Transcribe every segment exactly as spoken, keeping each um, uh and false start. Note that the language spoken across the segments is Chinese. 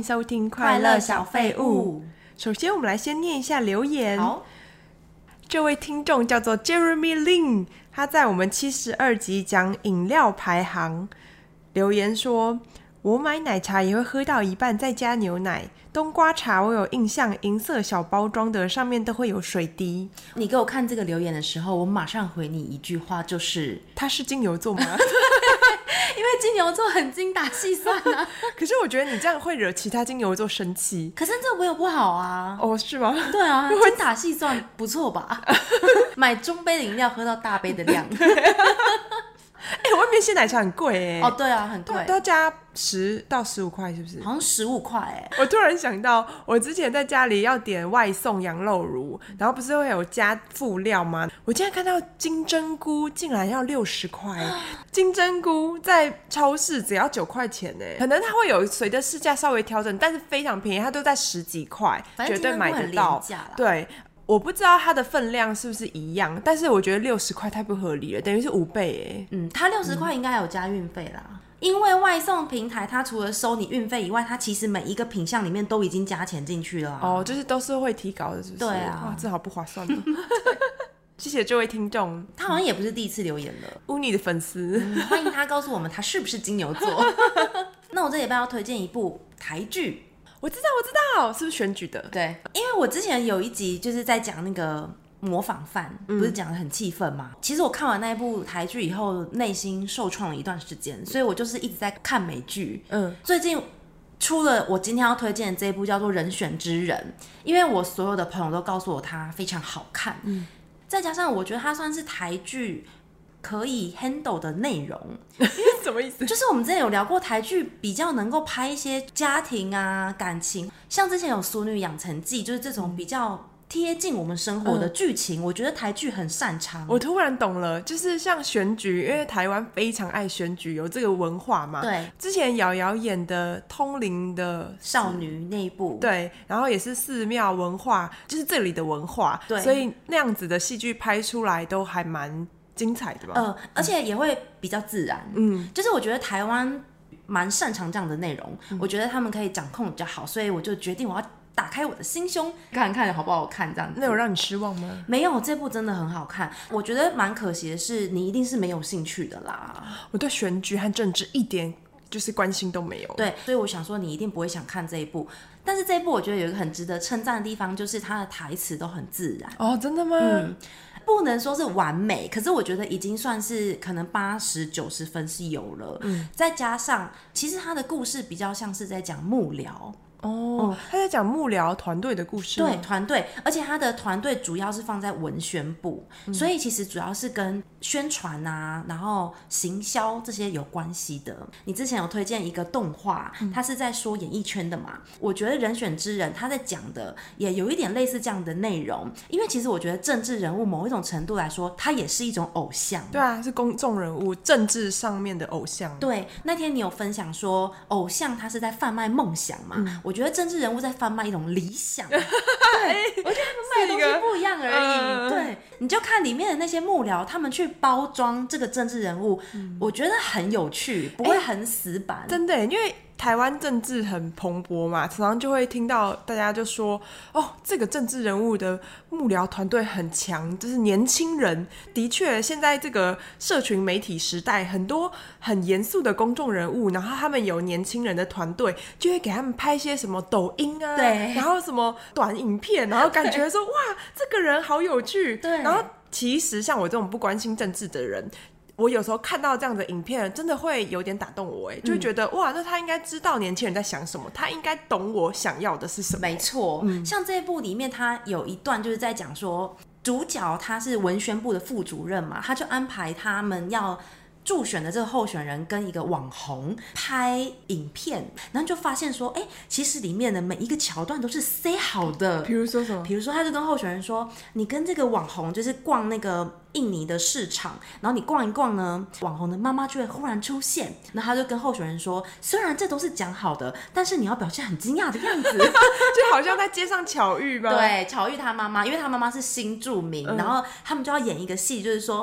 迎收听快乐小废物。首先我们来先念一下留言。 好， 这位听众叫做 Jeremy Lin， 他在我们七十二集讲饮料排行留言说，我买奶茶也会喝到一半再加牛奶，冬瓜茶我有印象，银色小包装的上面都会有水滴。 你给我看这个留言的时候，我马上回你一句话，就是他是金牛座吗？ 因为金牛座很精打细算啊。 可是我觉得你这样会惹其他金牛座生气。 可是这没有不好啊。 哦，是吗？ 对啊，精打细算不错吧？买中杯的饮料喝到大杯的量。 哎、欸，外面鲜奶茶很贵哎。 哦，对啊，很贵， 都要加十到十五块，是不是？ 好像十五块哎。 我突然想到，我之前在家里要点外送羊肉炉，然后不是会有加副料吗？我竟然看到金针菇竟然要六十块，金针菇在超市只要九块钱哎，可能它会有随着市价稍微调整，但是非常便宜，它都在十几块，绝对买得到。对。我不知道它的分量是不是一样，但是我觉得六十块太不合理了，等于是五倍哎。 嗯，它六十块应该有加运费啦、嗯，因为外送平台它除了收你运费以外，它其实每一个品项里面都已经加钱进去了、啊。 哦，就是都是会提高的，是不是？ 对啊， 哇，这好不划算哦。谢谢这位听众， 他好像也不是第一次留言了， 乌尼的粉丝、 嗯，欢迎他告诉我们他是不是金牛座。那我这礼拜要推荐一部台剧。 我知道我知道，是不是选举的？ 对，因为我之前有一集就是在讲那个模仿犯，不是讲得很气愤吗、嗯、其实我看完那一部台剧以后内心受创了一段时间，所以我就是一直在看美剧。嗯，最近出了我今天要推荐的这一部叫做《人选之人》，因为我所有的朋友都告诉我它非常好看、嗯、再加上我觉得它算是台剧可以 handle 的内容。 什么意思？ 就是我们之前有聊过台剧比较能够拍一些家庭啊感情，像之前有《俗女养成记》，就是这种比较贴近我们生活的剧情、嗯、我觉得台剧很擅长。 我突然懂了，就是像选举，因为台湾非常爱选举，有这个文化嘛。 对， 之前瑶瑶演的《通灵的少女》那一部， 对，然后也是寺庙文化，就是这里的文化，对，所以那样子的戏剧拍出来都还蛮精彩的吧。 呃，而且也会比较自然。嗯，就是我觉得台湾蛮擅长这样的内容、嗯、我觉得他们可以掌控比较好，所以我就决定我要打开我的心胸，看看好不好看这样子。 那有让你失望吗？ 没有，这部真的很好看。我觉得蛮可惜的是，你一定是没有兴趣的啦。 我对选举和政治一点就是关心都没有。 对，所以我想说你一定不会想看这一部。但是这一部我觉得有一个很值得称赞的地方，就是它的台词都很自然。 哦，真的吗？ 嗯，不能说是完美，可是我觉得已经算是可能八十九十分是有了。嗯，再加上其实他的故事比较像是在讲幕僚。 哦，他在讲幕僚团队的故事吗？ 对，团队，而且他的团队主要是放在文宣部、嗯、所以其实主要是跟宣传啊然后行销这些有关系的。你之前有推荐一个动画、嗯、他是在说演艺圈的嘛，我觉得人选之人他在讲的也有一点类似这样的内容，因为其实我觉得政治人物某一种程度来说他也是一种偶像。 对啊，是公众人物，政治上面的偶像。 对，那天你有分享说偶像他是在贩卖梦想嘛、嗯、我觉得政治人物在贩卖一种理想。对，我觉得他们卖的东西不一样而已、呃、对，你就看里面的那些幕僚他们去包装这个政治人物、嗯、我觉得很有趣，不会很死板、欸、 真的耶，因为台湾政治很蓬勃嘛，常常就会听到大家就说，哦，这个政治人物的幕僚团队很强，就是年轻人。的确，现在这个社群媒体时代，很多很严肃的公众人物，然后他们有年轻人的团队，就会给他们拍一些什么抖音啊， 对， 然后什么短影片，然后感觉说，哇，这个人好有趣。 对， 然后其实像我这种不关心政治的人，我有时候看到这样的影片真的会有点打动我，哎，就会觉得、嗯、哇，那他应该知道年轻人在想什么，他应该懂我想要的是什么。 没错、嗯、像这一部里面他有一段就是在讲说，主角他是文宣部的副主任嘛，他就安排他们要助选的这个候选人跟一个网红拍影片，然后就发现说，哎，其实里面的每一个桥段都是塞好的。 比如说什么？ 比如说他就跟候选人说，你跟这个网红就是逛那个印尼的市场，然后你逛一逛呢，网红的妈妈就会忽然出现，然后他就跟候选人说，虽然这都是讲好的，但是你要表现很惊讶的样子。 就好像在街上巧遇吧。 对，巧遇他妈妈，因为他妈妈是新住民、嗯、然后他们就要演一个戏，就是说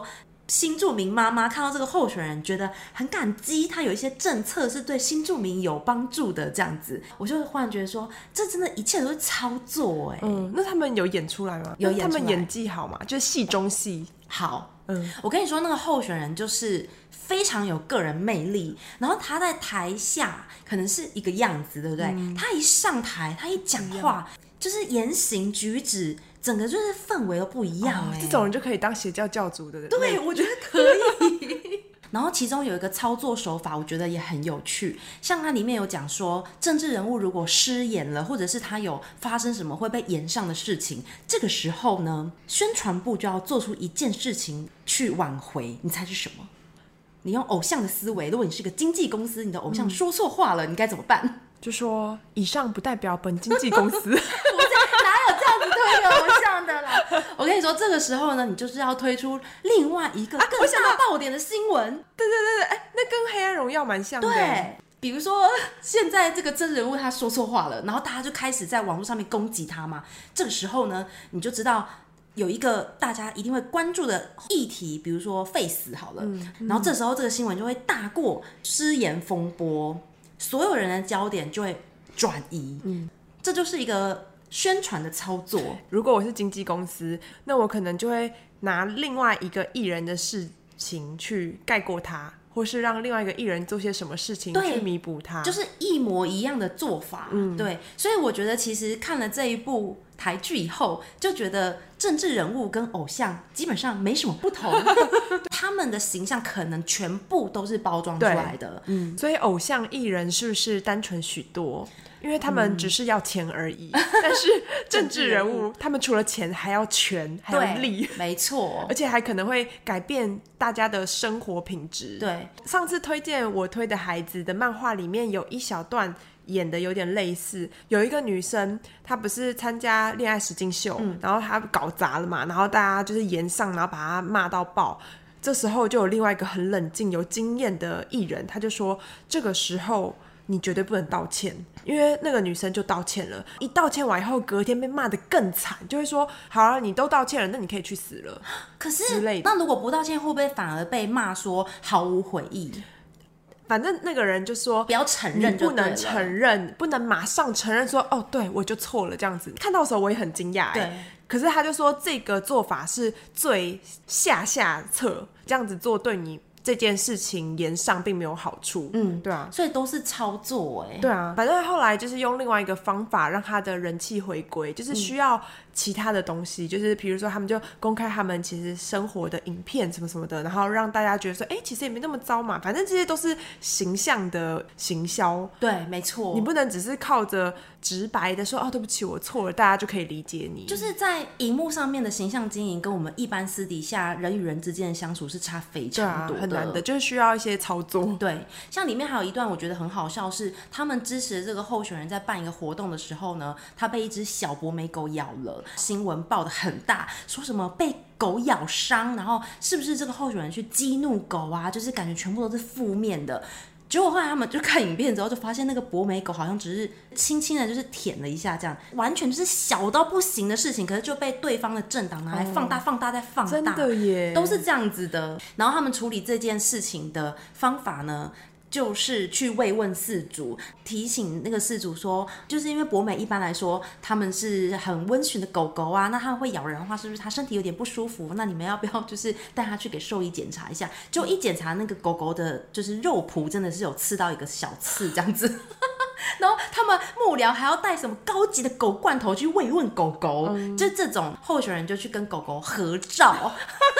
新住民妈妈看到这个候选人，觉得很感激，他有一些政策是对新住民有帮助的，这样子，我就忽然觉得说，这真的一切都是操作哎、欸。 嗯，那他们有演出来吗？ 有演出来， 他们演技好吗？就是戏中戏好。 嗯， 我跟你说，那个候选人就是非常有个人魅力，然后他在台下可能是一个样子，对不对？嗯、他一上台，他一讲话，就是言行举止。整个就是氛围都不一样、欸哦、这种人就可以当邪教教主的人。 对，我觉得可以。然后其中有一个操作手法，我觉得也很有趣。像它里面有讲说，政治人物如果失言了，或者是他有发生什么会被延上的事情，这个时候呢，宣传部就要做出一件事情去挽回。你猜是什么？你用偶像的思维，如果你是个经纪公司，你的偶像说错话了，嗯、你该怎么办？ 就说以上不代表本经纪公司。 推给偶像的啦，我跟你说，这个时候呢，你就是要推出另外一个更大爆点的新闻。啊、 对对对对，哎，那跟黑暗荣耀蛮像的。 对，比如说现在这个真人物他说错话了，然后大家就开始在网络上面攻击他嘛。这个时候呢，你就知道有一个大家一定会关注的议题，比如说废死好了，嗯嗯、然后这时候这个新闻就会大过失言风波，所有人的焦点就会转移。嗯，这就是一个宣传的操作。 如果我是经纪公司，那我可能就会拿另外一个艺人的事情去盖过他，或是让另外一个艺人做些什么事情去弥补他， 就是一模一样的做法。嗯，对，所以我觉得其实看了这一部台剧以后，就觉得政治人物跟偶像基本上没什么不同，他们的形象可能全部都是包装出来的。 嗯，所以偶像艺人是不是单纯许多？因为他们只是要钱而已，嗯、但是政治人物他们除了钱还要权还要力， 没错， 而且还可能会改变大家的生活品质。 对， 上次推荐我推的孩子的漫画里面有一小段演的有点类似，有一个女生她不是参加恋爱实境秀、嗯、然后她搞砸了嘛，然后大家就是延上，然后把她骂到爆。这时候就有另外一个很冷静有经验的艺人，他就说这个时候你绝对不能道歉，因为那个女生就道歉了，一道歉完以后隔天被骂得更惨，就会说好了、啊、你都道歉了，那你可以去死了。 可是那如果不道歉会不会反而被骂说毫无悔意？ 反正那个人就说不要承认就对了， 你不能承认，不能马上承认说哦对我就错了这样子。看到的时候我也很惊讶，对，可是他就说这个做法是最下下策，这样子做对你这件事情延上并没有好处。嗯，对啊， 所以都是操作哎、欸。 对啊，反正后来就是用另外一个方法让他的人气回归，就是需要其他的东西，嗯、就是比如说他们就公开他们其实生活的影片什么什么的，然后让大家觉得说，哎、欸，其实也没那么糟嘛，反正这些都是形象的行销。 对，没错， 你不能只是靠着直白的说哦对不起我错了，大家就可以理解你。 就是在荧幕上面的形象经营跟我们一般私底下人与人之间的相处是差非常多的， 很难的，就是需要一些操作。 对，像里面还有一段我觉得很好笑，是他们支持的这个候选人在办一个活动的时候呢，他被一只小博美狗咬了，新闻报得很大，说什么被狗咬伤，然后是不是这个候选人去激怒狗啊，就是感觉全部都是负面的。结果后来他们就看影片之后，就发现那个博美狗好像只是轻轻的，就是舔了一下，这样完全就是小到不行的事情，可是就被对方的政党拿来放大、哦、放大再放大， 真的耶， 都是这样子的。然后他们处理这件事情的方法呢，就是去慰问饲主，提醒那个饲主说，就是因为博美一般来说他们是很温驯的狗狗啊，那他们会咬人的话，是不是他身体有点不舒服？那你们要不要就是带他去给兽医检查一下？就一检查那个狗狗的就是肉脯真的是有刺到一个小刺这样子。然后他们幕僚还要带什么高级的狗罐头去慰问狗狗，嗯、就这种候选人就去跟狗狗合照。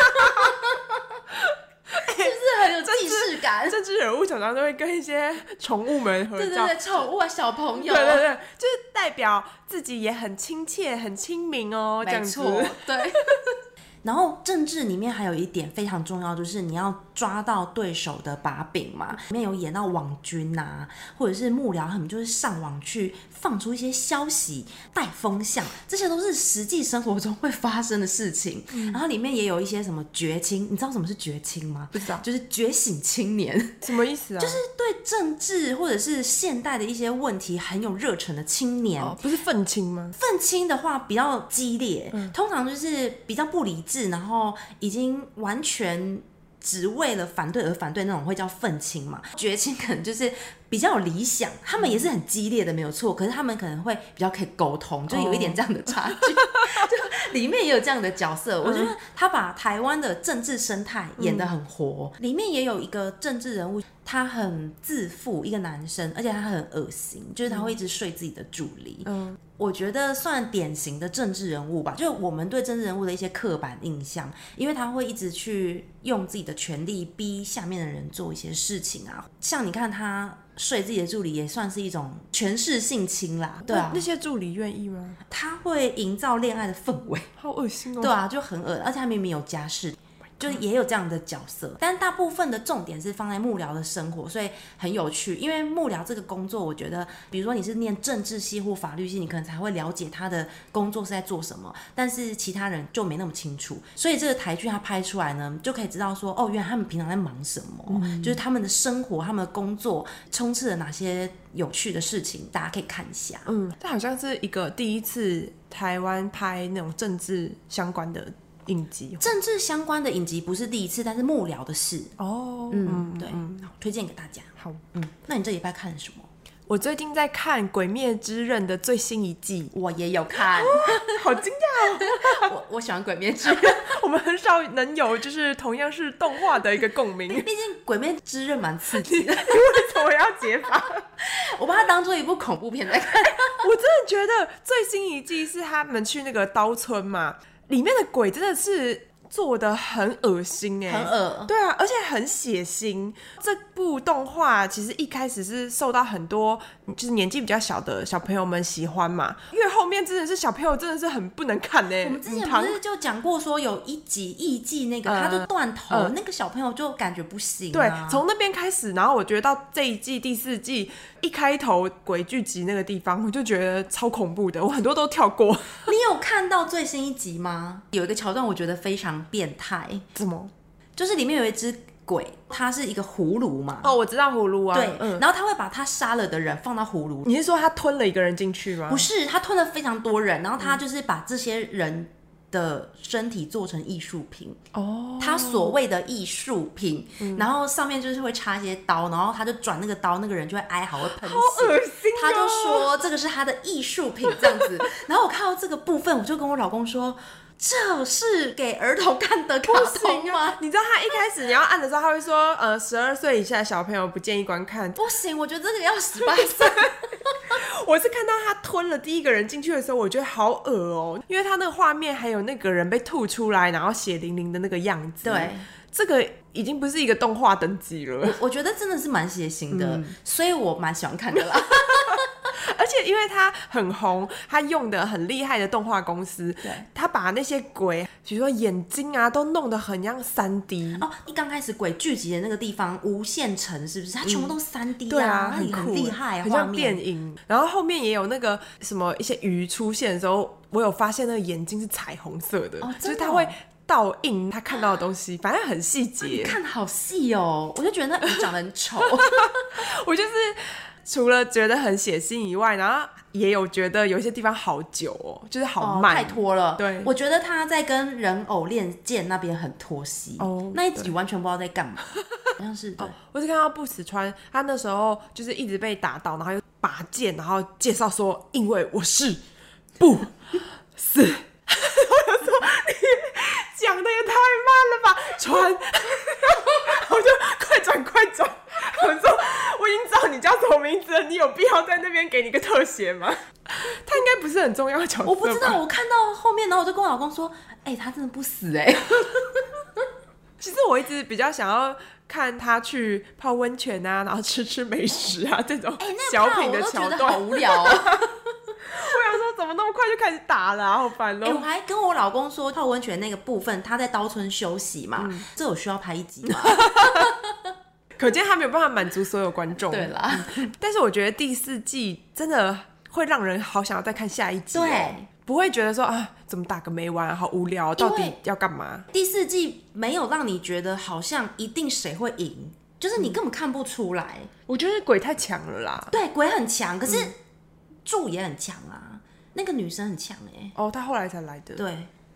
是不是很有既视感？ 政治人物常常都会跟一些宠物们合照， 对对对，宠物啊，小朋友， 对对对，就是代表自己也很亲切、很亲民哦，这样子。 没错，对。然后政治里面还有一点非常重要，就是你要抓到对手的把柄嘛。里面有演到网军啊，或者是幕僚，他们就是上网去放出一些消息、带风向，这些都是实际生活中会发生的事情。嗯、然后里面也有一些什么觉青，你知道什么是觉青吗？ 不知道， 就是觉醒青年。 什么意思啊？ 就是对政治或者是现代的一些问题很有热忱的青年。 哦，不是愤青吗？ 愤青的话比较激烈，嗯、通常就是比较不理智。然后已经完全只为了反对而反对那种会叫愤青嘛，绝青可能就是比较有理想，他们也是很激烈的没有错，可是他们可能会比较可以沟通，就有一点这样的差距、oh. 就里面也有这样的角色、嗯、我觉得他把台湾的政治生态演得很活、嗯、里面也有一个政治人物，他很自负，一个男生，而且他很恶心，就是他会一直睡自己的助理。嗯，我觉得算典型的政治人物吧，就是我们对政治人物的一些刻板印象，因为他会一直去用自己的权力逼下面的人做一些事情啊。像你看他睡自己的助理，也算是一种权势性侵啦。对啊， 那些助理愿意吗？ 他会营造恋爱的氛围， 好恶心哦。 对啊，就很恶，而且他明明有家室。就也有这样的角色，但大部分的重点是放在幕僚的生活，所以很有趣。因为幕僚这个工作，我觉得，比如说你是念政治系或法律系，你可能才会了解他的工作是在做什么，但是其他人就没那么清楚。所以这个台剧它拍出来呢，就可以知道说，哦，原来他们平常在忙什么，嗯、就是他们的生活、他们的工作充斥了哪些有趣的事情，大家可以看一下。 嗯，这好像是一个第一次台湾拍那种政治相关的影集， 政治相关的影集不是第一次，但是幕僚的事哦， 嗯，对，嗯、推荐给大家。 好， 嗯，那你这礼拜看了什么？ 我最近在看《鬼灭之刃》的最新一季， 我也有看， 好惊讶哦！我我喜欢《鬼灭之刃》， 我们很少能有就是同样是动画的一个共鸣。 毕竟《鬼灭之刃》蛮刺激的，你为什么要解法？ 我把它当做一部恐怖片在看。 我真的觉得最新一季是他们去那个刀村嘛。里面的鬼真的是做得很恶心哎、欸， 很恶， 对啊，而且很血腥。这部动画其实一开始是受到很多就是年纪比较小的小朋友们喜欢嘛，越后面真的是小朋友真的是很不能看哎、欸。 我们之前不是就讲过说有一集艺伎那个、呃、他就断头、呃，那个小朋友就感觉不行、啊。 对，从那边开始，然后我觉得到这一季第四季一开头鬼聚集那个地方，我就觉得超恐怖的，我很多都跳过。 你有看到最新一集吗？有一个桥段我觉得非常变态。 怎么？ 就是里面有一只鬼，它是一个葫芦嘛。 哦，我知道葫芦啊。 对，嗯、然后他会把他杀了的人放到葫芦。 你是说他吞了一个人进去吗？ 不是，他吞了非常多人，然后他就是把这些人的身体做成艺术品哦，他所谓的艺术品、嗯，然后上面就是会插一些刀，然后他就转那个刀，那个人就会哀嚎，会喷血， 好恶心、哦！ 他就说这个是他的艺术品这样子。然后我看到这个部分，我就跟我老公说。这是给儿童看的卡通吗？ 你知道他一开始你要按的时候，他会说，呃，十二岁以下的小朋友不建议观看。 不行，我觉得这个要十八岁。 我是看到他吞了第一个人进去的时候，我觉得好恶哦，因为他那个画面还有那个人被吐出来，然后血淋淋的那个样子。 对， 这个已经不是一个动画等级了。 我, 我觉得真的是蛮血腥的、嗯，所以我蛮喜欢看的啦。 而且因为他很红，他用的很厉害的动画公司， 对， 他把那些鬼，比如说眼睛啊，都弄得很像 三 D 哦。一刚开始鬼聚集的那个地方，无限城是不是？它全部都 三 D 啊， 嗯、对啊，很很厉害， 很像电影。然后后面也有那个什么一些鱼出现的时候，我有发现那个眼睛是彩虹色的， 哦、 就是他会倒映他看到的东西，反正很细节、啊。 你看好细哦，我就觉得那鱼长得很丑。 我就是除了觉得很血腥以外，然后也有觉得有些地方好久哦，就是好慢， 哦、太拖了。 对， 我觉得他在跟人偶练剑那边很拖戏，哦，那一集完全不知道在干嘛，好像是对、哦。 我是看到不死川，他那时候就是一直被打到，然后又拔剑，然后介绍说，因为我是不死。我就说你讲的也太慢了吧，川，我就快转快转。我说我已经知道你叫什么名字了，你有必要在那边给你个特写吗？他应该不是很重要的角色吧？ 我不知道，我看到后面，然后我就跟我老公说：“哎、欸，他真的不死哎、欸。” 其实我一直比较想要看他去泡温泉啊，然后吃吃美食啊这种小品的桥段，欸、那好无聊啊。 我想说，怎么那么快就开始打了、啊，好烦哦、 欸！我还跟我老公说，泡温泉那个部分，他在刀村休息嘛，嗯、这有需要拍一集吗？ 可见他没有办法满足所有观众。 对啦， 但是我觉得第四季真的会让人好想要再看下一集、喔。 对， 不会觉得说啊，怎么打个没完，好无聊，到底要干嘛？ 第四季没有让你觉得好像一定谁会赢，就是你根本看不出来。嗯、 我觉得鬼太强了啦。 对，鬼很强，可是柱也很强啊。那个女生很强哎、欸， 哦，她后来才来的。 对，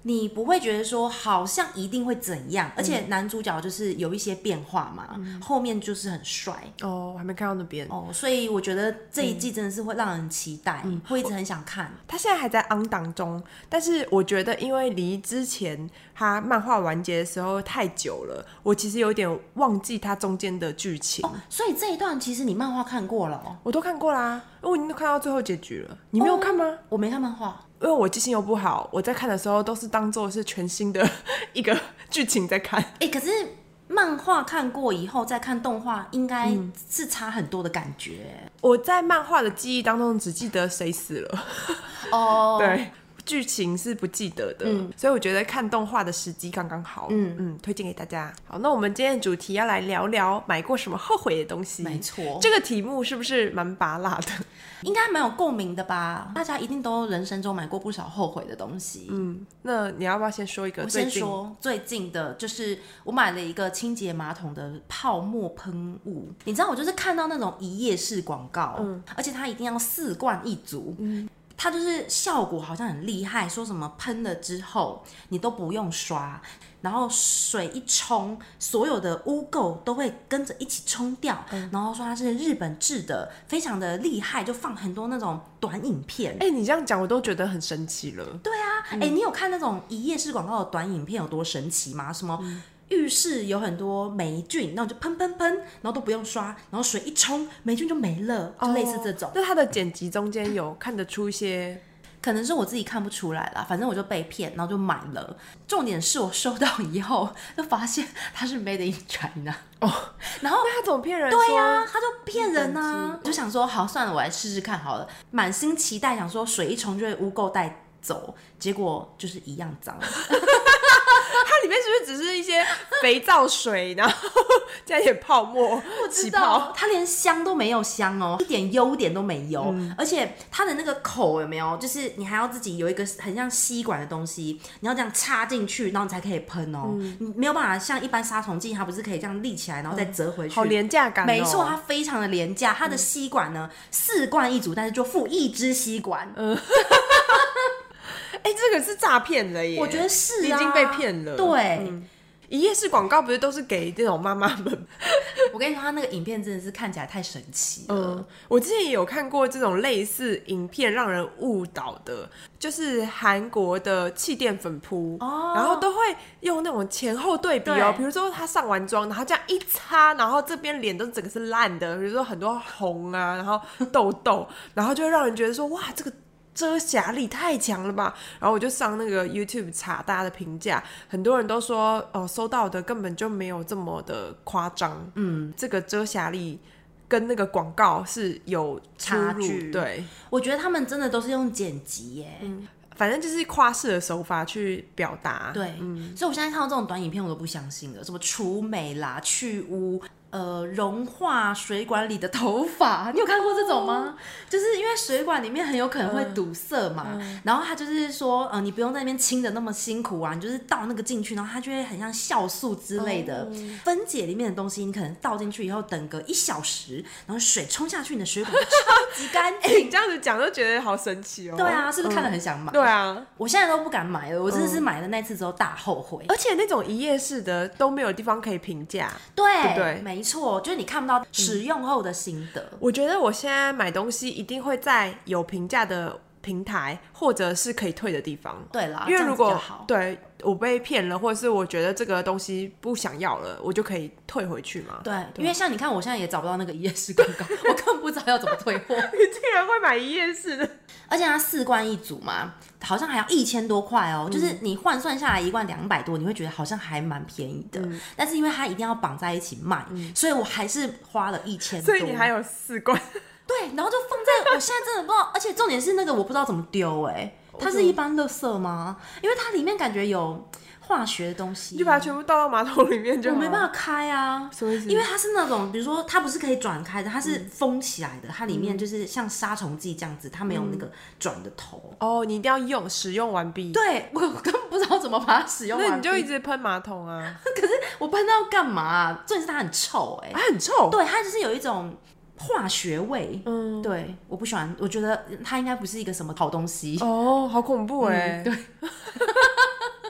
你不会觉得说好像一定会怎样，嗯、而且男主角就是有一些变化嘛，嗯、后面就是很帅哦，我还没看到那边哦，所以我觉得这一季真的是会让人期待，嗯、会一直很想看。 他现在还在 on 档中，但是我觉得因为离之前他漫画完结的时候太久了，我其实有点忘记他中间的剧情、 哦，所以这一段其实你漫画看过了、哦， 我都看过啦，因为我已经看到最后结局了。你没有看吗？哦、 我没看漫画。 因为我记性又不好，我在看的时候都是当作是全新的一个剧情在看。 哎、欸，可是漫画看过以后再看动画，应该是差很多的感觉、嗯。 我在漫画的记忆当中只记得谁死了。 哦， 对。剧情是不记得的、嗯、所以我觉得看动画的时机刚刚好。嗯嗯，推荐给大家。好，那我们今天的主题要来聊聊买过什么后悔的东西。 没错， 这个题目是不是蛮拔辣的？ 应该蛮有共鸣的吧，大家一定都人生中买过不少后悔的东西。 嗯，那你要不要先说一个？ 我先说最近的，就是我买了一个清洁马桶的泡沫喷雾。你知道我就是看到那种一页式广告、嗯、而且它一定要四罐一组、嗯，它就是效果好像很厉害，说什么喷了之后你都不用刷，然后水一冲，所有的污垢都会跟着一起冲掉、嗯、然后说它是日本制的，非常的厉害，就放很多那种短影片。 哎、欸，你这样讲我都觉得很神奇了。 对啊，哎、嗯欸，你有看那种一页式广告的短影片有多神奇吗？什么、嗯浴室有很多霉菌，然后就喷喷喷，然后都不用刷，然后水一冲，霉菌就没了，就类似这种。 哦、那它的剪辑中间有看得出一些， 可能是我自己看不出来啦，反正我就被骗，然后就买了。重点是我收到以后，就发现它是 Made in China 哦， 然后那他怎么骗人？ 对呀、啊，他就骗人啊！就想说好算了，我来试试看好了，满心期待想说水一冲就会污垢带走，结果就是一样脏。 它里面是不是只是一些肥皂水，然后加一点泡沫？ 我知道，它连香都没有香哦，一点优点都没有、嗯。而且它的那个口有没有？就是你还要自己有一个很像吸管的东西，你要这样插进去，然后你才可以喷哦。嗯、你没有办法像一般杀虫剂，它不是可以这样立起来，然后再折回去？嗯、 好廉价感、哦。 没错，它非常的廉价。它的吸管呢，四罐一组，但是就附一支吸管。嗯。 哎、欸，这个是诈骗了耶！ 我觉得是、啊， 你已经被骗了。 对， 嗯，一页式广告不是都是给这种妈妈们？ 我跟你说，他那个影片真的是看起来太神奇了。 嗯，我之前也有看过这种类似影片让人误导的，就是韩国的气垫粉扑、哦，然后都会用那种前后对比哦，比如说他上完妆，然后这样一擦，然后这边脸都整个是烂的，比如说很多红啊，然后痘痘，然后就会让人觉得说，哇，这个遮瑕力太强了吧。然后我就上那个 YouTube 查大家的评价，很多人都说哦，收到的根本就没有这么的夸张。嗯，这个遮瑕力跟那个广告是有差距。 对， 我觉得他们真的都是用剪辑耶。嗯， 反正就是夸饰的手法去表达。 对，嗯，所以我现在看到这种短影片我都不相信了，什么除美啦、去污。呃，融化水管里的头发，你有看过这种吗？ Oh. 就是因为水管里面很有可能会堵塞嘛，嗯、然后他就是说，呃，你不用在那边清的那么辛苦啊，你就是倒那个进去，然后它就会很像酵素之类的、oh. 分解里面的东西，你可能倒进去以后，等个一小时，然后水冲下去，你的水管就超级干净。 欸、你这样子讲就觉得好神奇哦。 对啊，是不是看了很想买？ 嗯、对啊， 我现在都不敢买了，我真的是买了那次之后大后悔。 而且那种一页式的都没有地方可以评价， 对对不对？ 没错，就是你看不到使用后的心得、嗯。 我觉得我现在买东西一定会在有评价的平台，或者是可以退的地方。 对啦， 因为如果好对我被骗了，或者是我觉得这个东西不想要了，我就可以退回去嘛。 对，对因为像你看，我现在也找不到那个一页式广告，我根本不知道要怎么退货。 你竟然会买一页式的？ 而且它四罐一组嘛，好像还要一千多块哦、嗯，就是你换算下来一罐两百多，你会觉得好像还蛮便宜的、嗯。但是因为它一定要绑在一起卖，嗯、所以我还是花了一千多。 所以你还有四罐？ 对，然后就放在我现在真的不知道，而且重点是那个我不知道怎么丢哎、欸，它是一般垃圾吗？因为它里面感觉有化学的东西， 你就把它全部倒到马桶里面就好。 我没办法开啊， 什么意思？ 因为它是那种，比如说它不是可以转开的，它是封起来的，它里面就是像杀虫剂这样子，它没有那个转的头。 哦，你一定要用，使用完毕。 对，我我根本不知道怎么把它使用完毕。 那你就一直喷马桶啊？ 可是我喷它要干嘛、啊？重点是它很臭哎、欸， 它很臭。 对，它就是有一种化学味，嗯，对，我不喜欢，我觉得它应该不是一个什么好东西。 哦，好恐怖哎、欸嗯！对。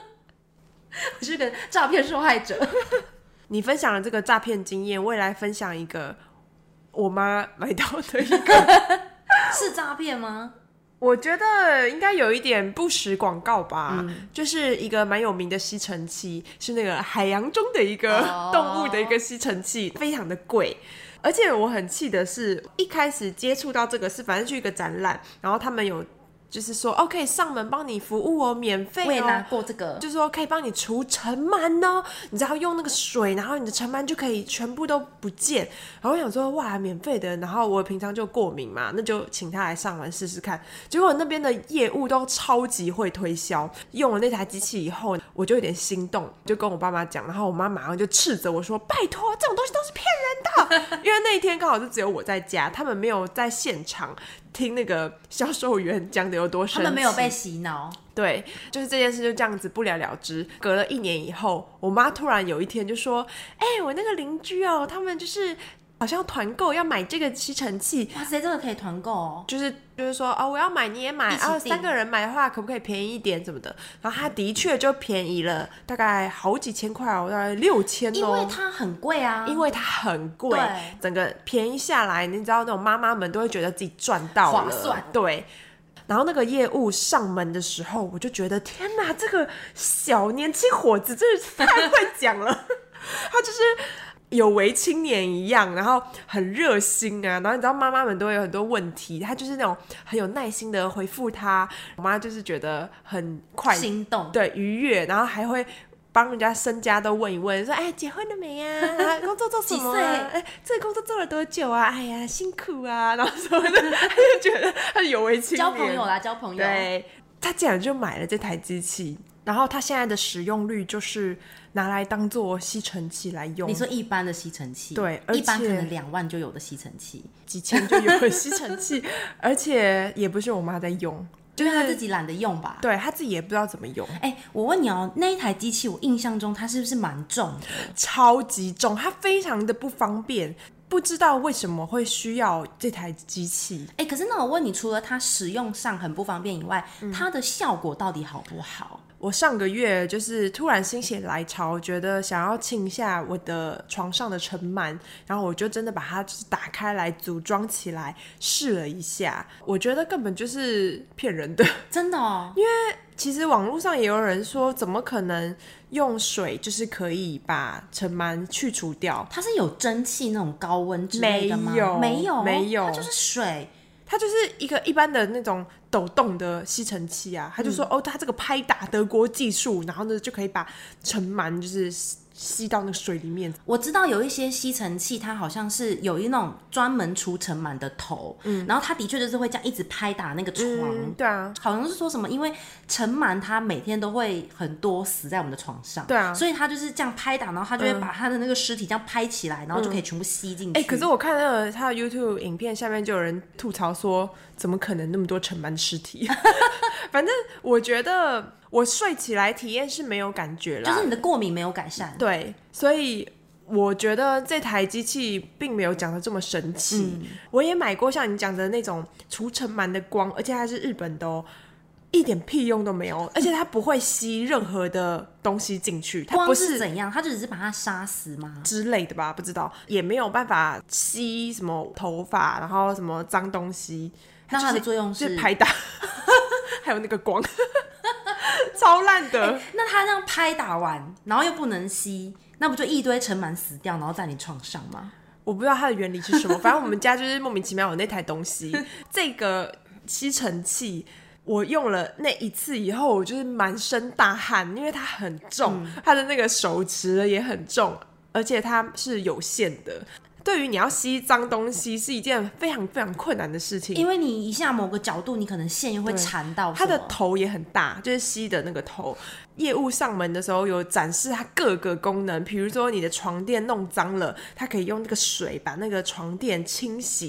是个诈骗受害者。 你分享了这个诈骗经验，我也来分享一个我妈买到的一个是诈骗吗？ 我觉得应该有一点不实广告吧、嗯、就是一个蛮有名的吸尘器，是那个海洋中的一个动物的一个吸尘器、oh. 非常的贵。而且我很气的是一开始接触到这个是反正去一个展览，然后他们有就是说哦，可以上门帮你服务哦，免费哦。 我也拿过这个， 就是说可以帮你除尘螨哦，你只要用那个水，然后你的尘螨就可以全部都不见。然后我想说哇，免费的，然后我平常就过敏嘛，那就请他来上门试试看。结果那边的业务都超级会推销，用了那台机器以后，我就有点心动，就跟我爸妈讲，然后我妈马上就斥责我说：“拜托，这种东西都是骗人的。”因为那一天刚好就只有我在家，他们没有在现场听那个销售员讲的有多生气， 他们没有被洗脑。 对，就是这件事就这样子不了了之。隔了一年以后，我妈突然有一天就说：“哎、欸，我那个邻居哦，他们就是好像团购要买这个吸尘器。” 哇塞，这个可以团购哦！ 就是就是说哦，我要买你也买，啊，三个人买的话可不可以便宜一点什么的？然后它的确就便宜了，大概好几千块哦，大概六千哦。 因为它很贵啊， 因为它很贵，整个便宜下来，你知道那种妈妈们都会觉得自己赚到了， 划算。 对。然后那个业务上门的时候，我就觉得天哪，这个小年轻伙子真的是太会讲了，他就是有为青年一样，然后很热心啊，然后你知道妈妈们都会有很多问题，他就是那种很有耐心的回复他，我妈就是觉得很快心动， 对，愉悦，然后还会帮人家身家都问一问，说哎，结婚了没啊？工作做什么啊？哎，这个工作做了多久啊？哎呀，辛苦啊，然后什么的，他就觉得他是有为青年， 交朋友啦，交朋友。 对，他竟然就买了这台机器，然后他现在的使用率就是拿来当做吸尘器来用。 你说一般的吸尘器？ 对，而且一般可能两万就有的吸尘器， 几千就有的吸尘器，而且也不是我妈在用。 就是他自己懒得用吧， 对，他自己也不知道怎么用。 哎、欸，我问你哦，那一台机器我印象中它是不是蛮重的？ 超级重，它非常的不方便，不知道为什么会需要这台机器。 哎、欸，可是那我问你，除了它使用上很不方便以外，嗯、它的效果到底好不好？ 我上个月就是突然心血来潮，觉得想要清一下我的床上的尘螨，然后我就真的把它就是打开来组装起来试了一下，我觉得根本就是骗人的， 真的哦。 因为其实网络上也有人说，怎么可能用水就是可以把尘螨去除掉？ 它是有蒸汽那种高温之类的吗？ 没有， 没有， 没有， 它就是水。 它就是一个一般的那种抖动的吸尘器啊，他就说、嗯、哦，它这个拍打德国技术，然后呢就可以把尘螨就是吸到那个水里面。 我知道有一些吸尘器，它好像是有一那种专门除尘螨的头，嗯，然后它的确就是会这样一直拍打那个床， 嗯、对啊， 好像是说什么，因为尘螨它每天都会很多死在我们的床上， 对啊， 所以它就是这样拍打，然后它就会把它的那个尸体这样拍起来，嗯、然后就可以全部吸进去。 哎、欸，可是我看那个他的 YouTube 影片下面就有人吐槽说，怎么可能那么多尘螨尸体？反正我觉得我睡起来体验是没有感觉啦， 就是你的过敏没有改善。 对，所以我觉得这台机器并没有讲的这么神奇。嗯、我也买过像你讲的那种除尘螨的光，而且还是日本的哦，一点屁用都没有，而且它不会吸任何的东西进去。它不 是, 光是怎样？它就只是把它杀死吗？ 之类的吧，不知道，也没有办法吸什么头发，然后什么脏东西。 那它的作用是就是拍打，还有那个光，超烂的、欸。 那它这样拍打完，然后又不能吸，那不就一堆尘螨死掉，然后在你床上吗？ 我不知道它的原理是什么，反正我们家就是莫名其妙有那台东西。这个吸尘器我用了那一次以后，我就是满身大汗，因为它很重，嗯、它的那个手持也很重，而且它是有线的。对于你要吸脏东西是一件非常非常困难的事情， 因为你一下某个角度你可能线又会缠到。 它的头也很大，就是吸的那个头。业务上门的时候有展示它各个功能，比如说你的床垫弄脏了，它可以用那个水把那个床垫清洗，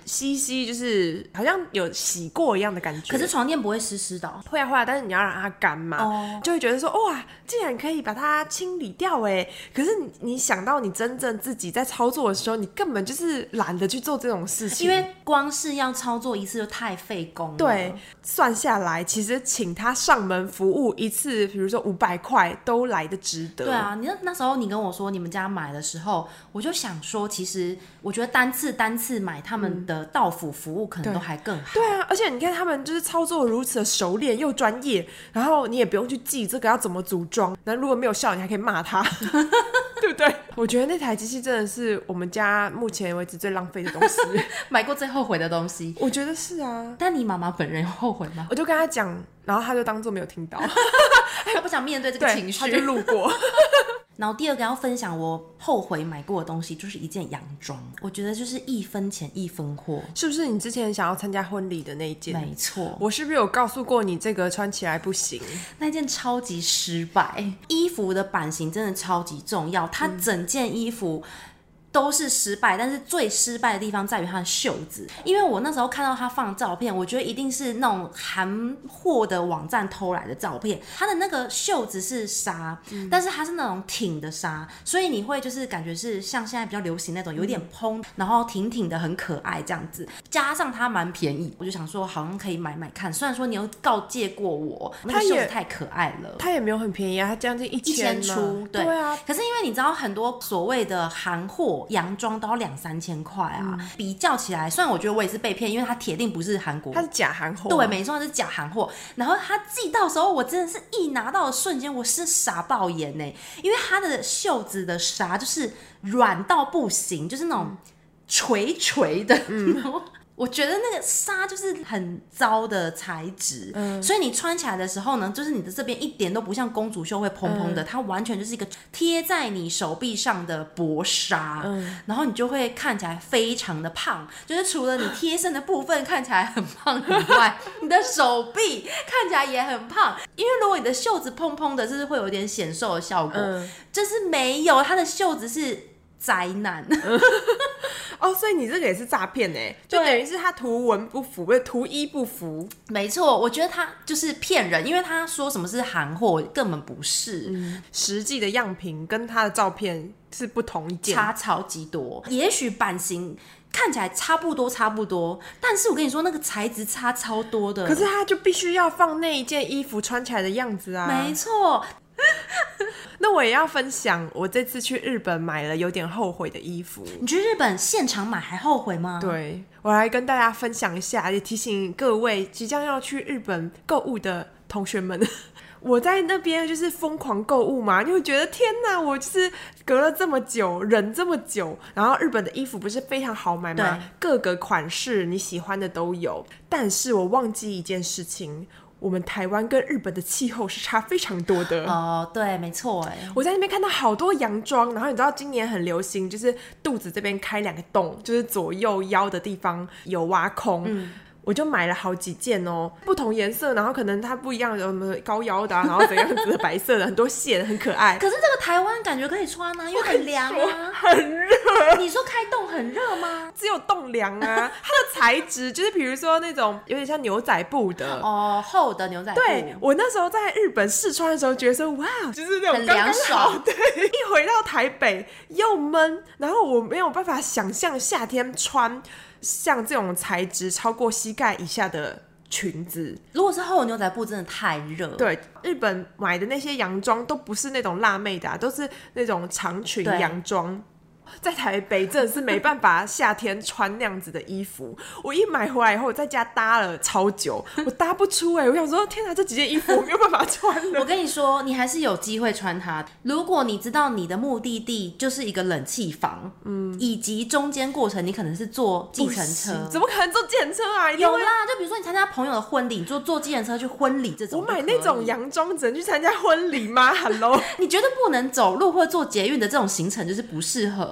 吸吸，就是好像有洗过一样的感觉。 可是床垫不会湿湿的、哦？ 会啊会啊，但是你要让它干嘛，哦、就会觉得说哇，竟然可以把它清理掉哎。可是你你想到你真正自己在操作的时候，你根本就是懒得去做这种事情， 因为光是要操作一次就太费工了。 对，算下来，其实请他上门服务一次，比如说五百块，都来得值得。 对啊，你那那时候你跟我说你们家买的时候，我就想说，其实我觉得单次单次买他们的到府服务可能都还更好。 对, 对啊，而且你看他们就是操作如此的熟练又专业，然后你也不用去记这个要怎么组装，那如果没有效，你还可以骂他，对不对？我觉得那台机器真的是我们家目前为止最浪费的东西， 买过最后悔的东西。 我觉得是啊。 但你妈妈本人有后悔吗？ 我就跟他讲，然后他就当作没有听到， 他不想面对这个情绪， 他就路过。 然后第二个要分享我后悔买过的东西，就是一件洋装。我觉得就是一分钱一分货。 是不是你之前想要参加婚礼的那一件？ 没错。 我是不是有告诉过你这个穿起来不行？ 那件超级失败。衣服的版型真的超级重要，它整件衣服都是失败，但是最失败的地方在于它的袖子。因为我那时候看到他放照片，我觉得一定是那种韩货的网站偷来的照片。它的那个袖子是纱、嗯、但是它是那种挺的纱，所以你会就是感觉是像现在比较流行那种有点蓬、嗯、然后挺挺的很可爱这样子，加上它蛮便宜，我就想说好像可以买买看。虽然说你有告诫过我那个袖子太可爱了， 它也没有很便宜啊，它将近一千出。 对, 对啊，可是因为你知道很多所谓的韩货洋装都要两三千块啊、嗯，比较起来，虽然我觉得我也是被骗，因为它铁定不是韩国， 它是假韩货、啊， 对，没错，它是假韩货。然后它寄到的时候，我真的是一拿到的瞬间，我是傻爆眼呢，因为它的袖子的纱就是软到不行，就是那种垂垂的，嗯。我觉得那个纱就是很糟的材质、嗯，所以你穿起来的时候呢，就是你的这边一点都不像公主袖会蓬蓬的、嗯，它完全就是一个贴在你手臂上的薄纱、嗯，然后你就会看起来非常的胖，就是除了你贴身的部分看起来很胖以外，你的手臂看起来也很胖，因为如果你的袖子蓬蓬的，就是会有点显瘦的效果，嗯，就是没有，它的袖子是灾难。 哦，所以你这个也是诈骗哎，就等于是他图文不符，不是图一不符。 没错，我觉得他就是骗人，因为他说什么是韩货，根本不是、 嗯，实际的样品跟他的照片是不同一件， 差超级多。也许版型看起来差不多差不多，但是我跟你说那个材质差超多的。 可是他就必须要放那一件衣服穿起来的样子啊。 没错。 那我也要分享我这次去日本买了有点后悔的衣服。 你去日本现场买还后悔吗？ 对，我来跟大家分享一下，也提醒各位即将要去日本购物的同学们。我在那边就是疯狂购物嘛，你会觉得天哪，我就是隔了这么久，忍这么久，然后日本的衣服不是非常好买吗？各个款式你喜欢的都有，但是我忘记一件事情，我们台湾跟日本的气候是差非常多的哦，对，没错哎。 我在那边看到好多洋装，然后你知道今年很流行，就是肚子这边开两个洞，就是左右腰的地方有挖空。嗯，我就买了好几件哦，不同颜色，然后可能它不一样，有什么高腰的、啊，然后怎样子的白色的，很多线，很可爱。 可是这个台湾感觉可以穿啊，因为很凉啊， 很热。 你说开洞很热吗？ 只有洞凉啊，它的材质就是比如说那种有点像牛仔布的哦，厚的牛仔布。 对，我那时候在日本试穿的时候，觉得说哇，就是那种很凉爽。 对，一回到台北又闷，然后我没有办法想象夏天穿像这种材质超过膝盖以下的裙子。 如果是厚牛仔布真的太热。 对，日本买的那些洋装都不是那种辣妹的、啊、都是那种长裙洋装。在台北真的是没办法夏天穿那样子的衣服。我一买回来以后，我在家搭了超久，我搭不出哎、欸！我想说，天哪，这几件衣服我没有办法穿了。 我跟你说，你还是有机会穿它。如果你知道你的目的地就是一个冷气房，嗯，以及中间过程你可能是坐计程车， 怎么可能坐计程车啊？ 有啦，就比如说你参加朋友的婚礼，你坐坐计程车去婚礼这种。 我买那种洋装只能去参加婚礼吗 ？Hello， 你绝对不能走路或坐捷运的这种行程，就是不适合。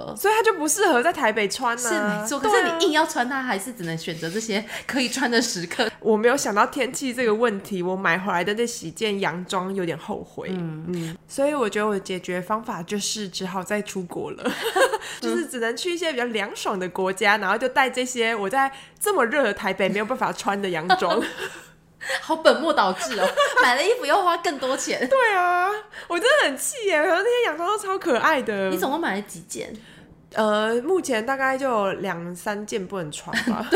合， 所以它就不适合在台北穿啊。 是没错，可是你硬要穿它，还是只能选择这些可以穿的时刻。 我没有想到天气这个问题，我买回来的那几件洋装有点后悔。嗯嗯，所以我觉得我的解决方法就是只好再出国了，就是只能去一些比较凉爽的国家，然后就带这些我在这么热的台北没有办法穿的洋装。 好本末倒置哦！买了衣服又花更多钱。 对啊，我真的很气耶！然后那些洋装都超可爱的。 你总共买了几件？ 呃，目前大概就有两三件不能穿吧。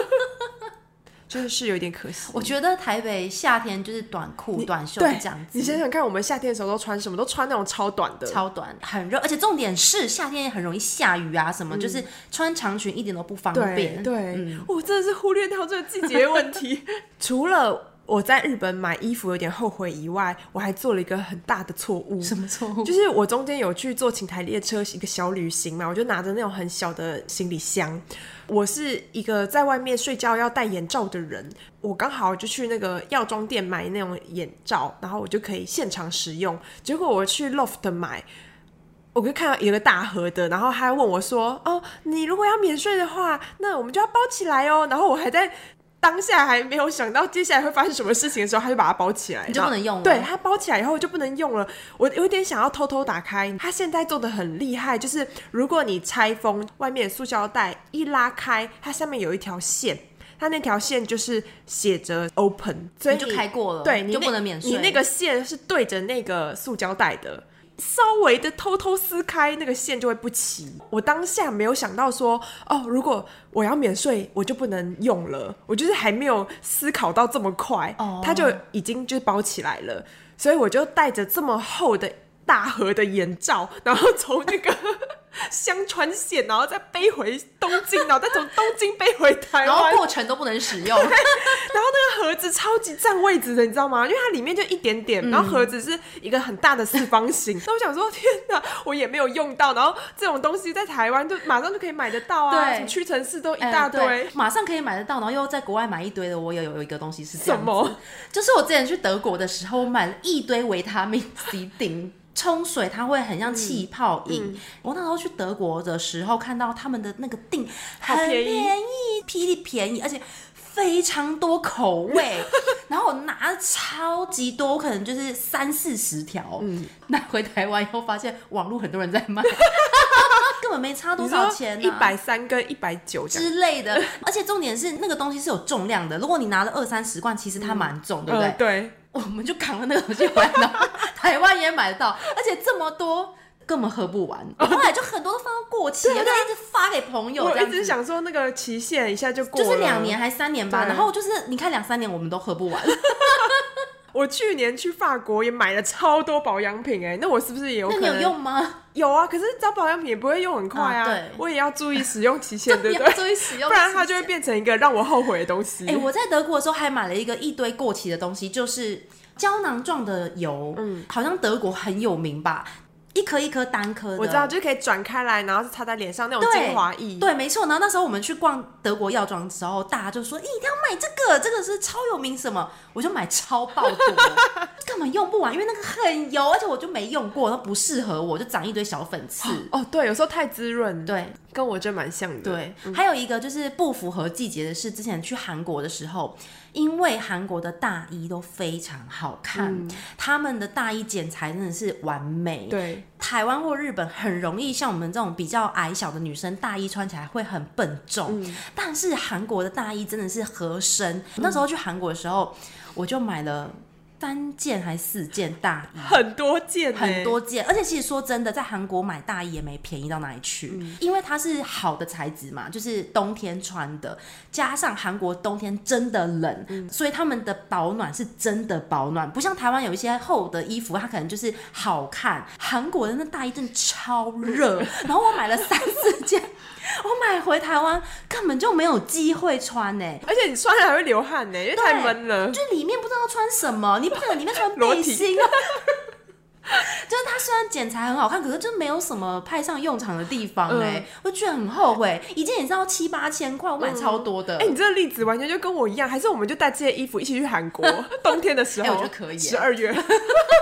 就是有点可惜。 我觉得台北夏天就是短裤、短袖是这样子。 你想想看，我们夏天的时候都穿什么？都穿那种超短的， 超短，很热，而且重点是夏天也很容易下雨啊，什么、嗯、就是穿长裙一点都不方便。 对，对嗯、我真的是忽略掉这个季节问题。除了我在日本买衣服有点后悔以外，我还做了一个很大的错误。 什么错误？ 就是我中间有去坐寝台列车一个小旅行嘛，我就拿着那种很小的行李箱。我是一个在外面睡觉要戴眼罩的人，我刚好就去那个药妆店买那种眼罩，然后我就可以现场使用。结果我去 Loft 买，我就看到一个大盒的，然后他还问我说：“哦，你如果要免税的话，那我们就要包起来哦。”然后我还在当下还没有想到接下来会发生什么事情的时候，他就把它包起来， 你就不能用了。 对，他包起来以后就不能用了。我有点想要偷偷打开，他现在做的很厉害，就是如果你拆封外面的塑胶袋一拉开，它下面有一条线，它那条线就是写着 open， 所以你, 你就开过了， 对， 你就不能免税。 你那个线是对着那个塑胶袋的。稍微的偷偷撕开那个线就会不齐。我当下没有想到说，哦，如果我要免税我就不能用了，我就是还没有思考到这么快，哦，它就已经就是包起来了。所以我就带着这么厚的大盒的眼罩，然后从那个香川县，然后再背回东京，然后再从东京背回台湾， 然后过程都不能使用。 然后那个盒子超级占位置的，你知道吗？因为它里面就一点点，然后盒子是一个很大的四方形。那、嗯、我想说，天哪，我也没有用到。然后这种东西在台湾就马上就可以买得到啊， 对， 什么屈臣氏都一大堆、 欸，马上可以买得到。然后又在国外买一堆的，我也有一个东西是这样子， 什么？ 就是我之前去德国的时候，我买了一堆维他命 C 锭。冲水它会很像气泡饮、嗯嗯、我那时候去德国的时候看到他们的那个锭很便宜，霹雳便宜，而且非常多口味。然后我拿了超级多，我可能就是三四十条、嗯、拿回台湾以后发现网络很多人在卖。根本没差多少钱、啊， 一百三跟一百九之类的。而且重点是那个东西是有重量的，如果你拿了二三十罐，其实它蛮重、嗯，对不对？呃、 对。 我们就扛了那个东西回来，然后台湾也买得到，而且这么多根本喝不完。我后来就很多都放到过期，我就一直发给朋友。 我一直想说那个期限一下就过了， 就是两年还三年吧。然后就是你看两三年我们都喝不完。 我去年去法国也买了超多保养品，哎，那我是不是也有可能？ 那你有用吗？ 有啊，可是找保养品也不会用很快啊。啊对，我也要注意使用期限，对不对？ 要注意使用期限， 不然它就会变成一个让我后悔的东西。 哎、欸，我在德国的时候还买了一个一堆过期的东西，就是胶囊状的油，嗯，好像德国很有名吧。一颗一颗单颗的， 我知道，就可以转开来，然后擦在脸上那种精华液。 对，没错。然后那时候我们去逛德国药妆的时候，大家就说：“欸，一定要买这个，这个是超有名什么？”我就买超爆多，根本用不完，因为那个很油，而且我就没用过，都不适合我，就长一堆小粉刺。 哦，对，有时候太滋润， 对， 跟我这蛮像的。 对、嗯，还有一个就是不符合季节的是，之前去韩国的时候。因为韩国的大衣都非常好看、嗯、他们的大衣剪裁真的是完美。 对， 台湾或日本很容易像我们这种比较矮小的女生，大衣穿起来会很笨重、嗯、但是韩国的大衣真的是合身、嗯、那时候去韩国的时候我就买了三件还四件大衣， 很多件、欸、 很多件。而且其实说真的，在韩国买大衣也没便宜到哪里去、嗯、因为它是好的材质嘛，就是冬天穿的，加上韩国冬天真的冷、嗯、所以他们的保暖是真的保暖，不像台湾有一些厚的衣服它可能就是好看，韩国的那大衣真的超热、嗯、然后我买了三四件我买回台湾根本就没有机会穿欸， 而且你穿了还会流汗欸，因为太闷了， 就里面不知道穿什么，你不可能里面穿背心啊。就是它虽然剪裁很好看，可是就没有什么派上用场的地方哎、欸嗯，我觉得很后悔。一件也是要七八千块，我买超多的。哎、 嗯欸，你这个例子完全就跟我一样，还是我们就带这些衣服一起去韩国，冬天的时候，哎、 欸，我觉得可以， 十二月。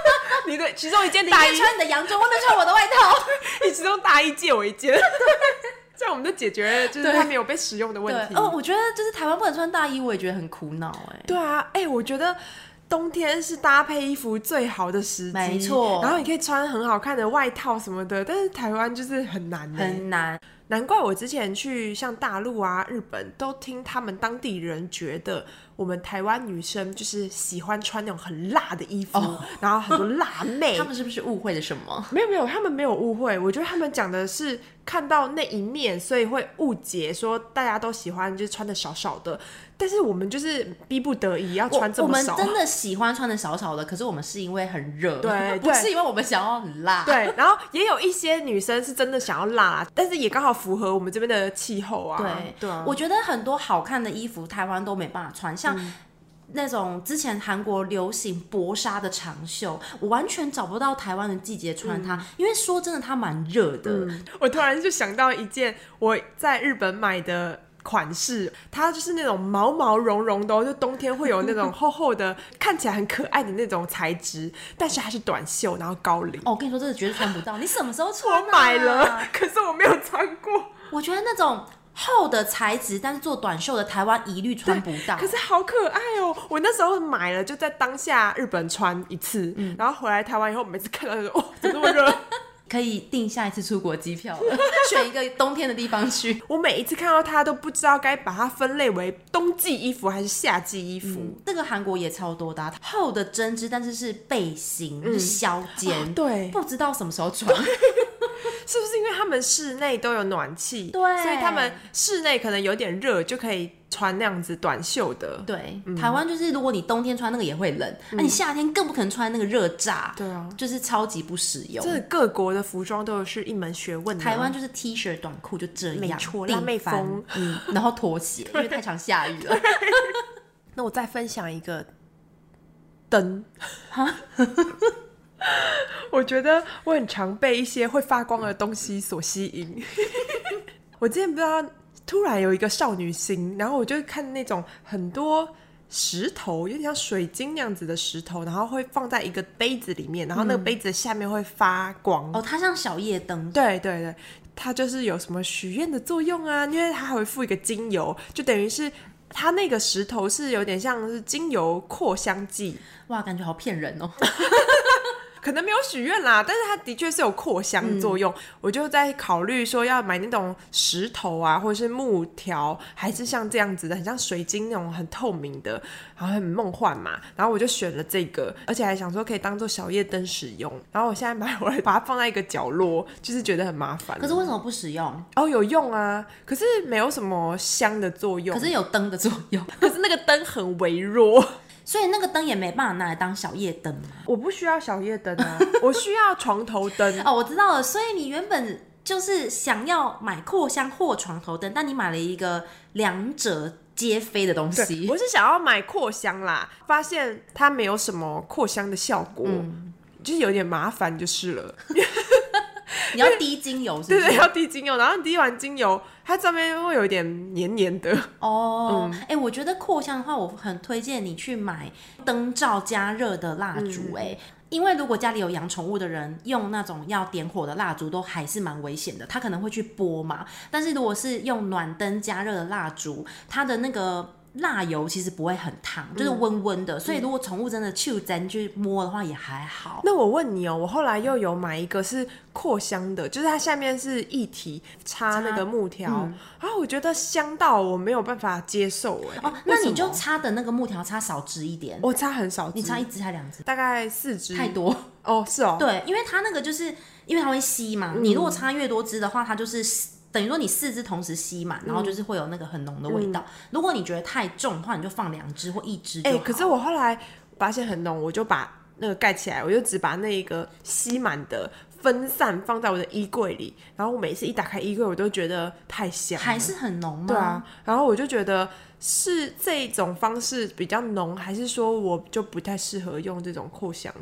你的其中一件大衣， 里面穿你的洋装，外面穿我的外套， 你其中大衣借我一件。这样我们就解决了，就是它没有被使用的问题。 哦，我觉得就是台湾不能穿大衣，我也觉得很苦恼哎。 对啊，哎、欸，我觉得冬天是搭配衣服最好的时机， 没错。 然后你可以穿很好看的外套什么的，但是台湾就是很难、欸， 很难。 难怪我之前去像大陆啊、日本，都听他们当地人觉得我们台湾女生就是喜欢穿那种很辣的衣服，哦、然后很多辣妹。 他们是不是误会了什么？ 没有没有，他们没有误会。我觉得他们讲的是看到那一面，所以会误解说大家都喜欢就是穿的少少的。但是我们就是逼不得已要穿这么少。 我, 我们真的喜欢穿的少少的，可是我们是因为很热， 对， 不是因为我们想要很辣。 对，然后也有一些女生是真的想要辣，但是也刚好符合我们这边的气候啊。 对对啊， 我觉得很多好看的衣服台湾都没办法穿，像、嗯。那种之前韩国流行薄纱的长袖，我完全找不到台湾的季节穿它，嗯、因为说真的它蛮热的、嗯。 我突然就想到一件我在日本买的款式，它就是那种毛毛茸茸的、哦，就冬天会有那种厚厚的看起来很可爱的那种材质，但是它是短袖，然后高领。 哦，我跟你说，这个绝对穿不到。你什么时候穿、啊？ 我买了，可是我没有穿过。 我觉得那种厚的材质，但是做短袖的台湾一律穿不到。 可是好可爱哦！我那时候买了，就在当下日本穿一次，嗯、然后回来台湾以后，每次看到就说哦，怎么那么热？ 可以订下一次出国机票了，选一个冬天的地方去。 我每一次看到它都不知道该把它分类为冬季衣服还是夏季衣服。 嗯、这个韩国也超多的、啊，厚的针织，但是是背心，嗯、是削肩、哦， 对， 不知道什么时候穿。 是不是因为他们室内都有暖气， 对， 所以他们室内可能有点热，就可以穿那样子短袖的。 对，嗯、台湾就是如果你冬天穿那个也会冷，那、嗯啊、你夏天更不可能穿那个热炸， 对啊， 就是超级不实用。 这各国的服装都是一门学问的。 台湾就是 T 恤短裤就这样， 没错，辣妹风， 嗯，然后拖鞋，因为太常下雨了。 那我再分享一个灯。我觉得我很常被一些会发光的东西所吸引。我之前不知道突然有一个少女心，然后我就看那种很多石头，有点像水晶那样子的石头，然后会放在一个杯子里面，然后那个杯子下面会发光。 嗯、哦，它像小夜灯。 对对对，它就是有什么许愿的作用啊，因为它还会附一个精油，就等于是它那个石头是有点像是精油扩香剂。 哇，感觉好骗人哦。 可能没有许愿啦，但是它的确是有扩香作用、嗯、我就在考虑说要买那种石头啊，或者是木条，还是像这样子的很像水晶那种很透明的，然后很梦幻嘛，然后我就选了这个，而且还想说可以当做小夜灯使用，然后我现在买回来把它放在一个角落，就是觉得很麻烦。 可是为什么不使用？ 哦，有用啊，可是没有什么香的作用。 可是有灯的作用。 可是那个灯很微弱， 所以那个灯也没办法拿来当小夜灯。 我不需要小夜灯啊，我需要床头灯。 哦，我知道了，所以你原本就是想要买扩香或床头灯，但你买了一个两者皆非的东西。 我是想要买扩香啦，发现它没有什么扩香的效果、嗯、就是有点麻烦就是了。 你要滴精油是不是？ 对对，要滴精油，然后你滴完精油它上面会有一点黏黏的哦。哎、嗯欸，我觉得扩香的话我很推荐你去买灯罩加热的蜡烛。哎、嗯，因为如果家里有养宠物的人用那种要点火的蜡烛都还是蛮危险的，它可能会去拨嘛。但是如果是用暖灯加热的蜡烛，它的那个蜡油其实不会很烫，就是温温的、嗯、所以如果宠物真的去沾去摸的话也还好。 那我问你哦，我后来又有买一个是扩香的，就是它下面是液体插那个木条、嗯、然后我觉得香到我没有办法接受。哎、 哦，那你就插的那个木条插少支一点。 我插很少支， 你插一支还两支？ 大概四支。 太多哦，是哦。 对，因为它那个就是因为它会吸嘛、嗯、你如果插越多支的话它就是等于说你四支同时吸满，然后就是会有那个很浓的味道、嗯、如果你觉得太重的话你就放两支或一支就好。 哎、欸，可是我后来发现很浓，我就把那个盖起来，我就只把那个吸满的分散放在我的衣柜里，然后我每次一打开衣柜我都觉得太香了。 还是很浓吗？ 对啊，然后我就觉得是这种方式比较浓，还是说我就不太适合用这种扩香的？